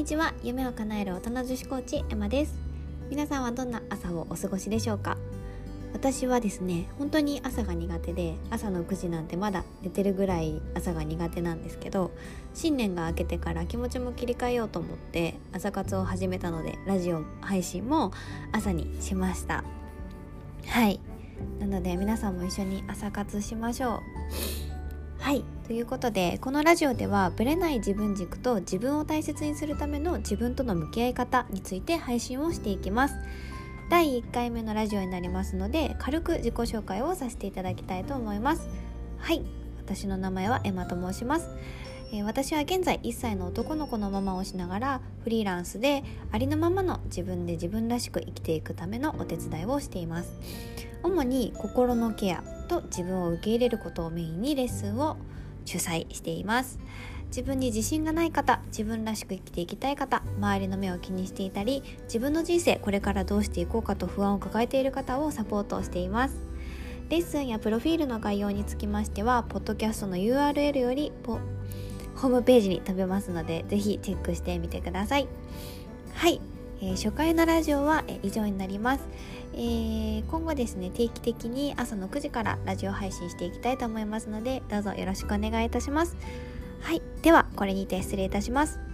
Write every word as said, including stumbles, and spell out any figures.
にちは。夢を叶える大人女子コーチエマです。皆さんはどんな朝をお過ごしでしょうか？私はですね、本当に朝が苦手で、朝のくじなんてまだ寝てるぐらい朝が苦手なんですけど、新年が明けてから気持ちも切り替えようと思って朝活を始めたので、ラジオ配信も朝にしました。はいなので皆さんも一緒に朝活しましょう。はいということで、このラジオではブレない自分軸と自分を大切にするための自分との向き合い方について配信をしていきます。だいいっかいめのラジオになりますので、軽く自己紹介をさせていただきたいと思います。はい私の名前はエマと申します。えー、私は現在いっさいの男の子のママをしながら、フリーランスでありのままの自分で自分らしく生きていくためのお手伝いをしています。主に心のケアと自分を受け入れることをメインにレッスンを主催しています。自分に自信がない方、自分らしく生きていきたい方、周りの目を気にしていたり、自分の人生これからどうしていこうかと不安を抱えている方をサポートしています。レッスンやプロフィールの概要につきましては、ポッドキャストの ユーアールエル よりホームページに飛べますので、ぜひチェックしてみてください。はい、えー、初回のラジオは、えー、以上になります。えー、今後ですね、定期的に朝のくじからラジオ配信していきたいと思いますので、どうぞよろしくお願いいたします。はい、ではこれにて失礼いたします。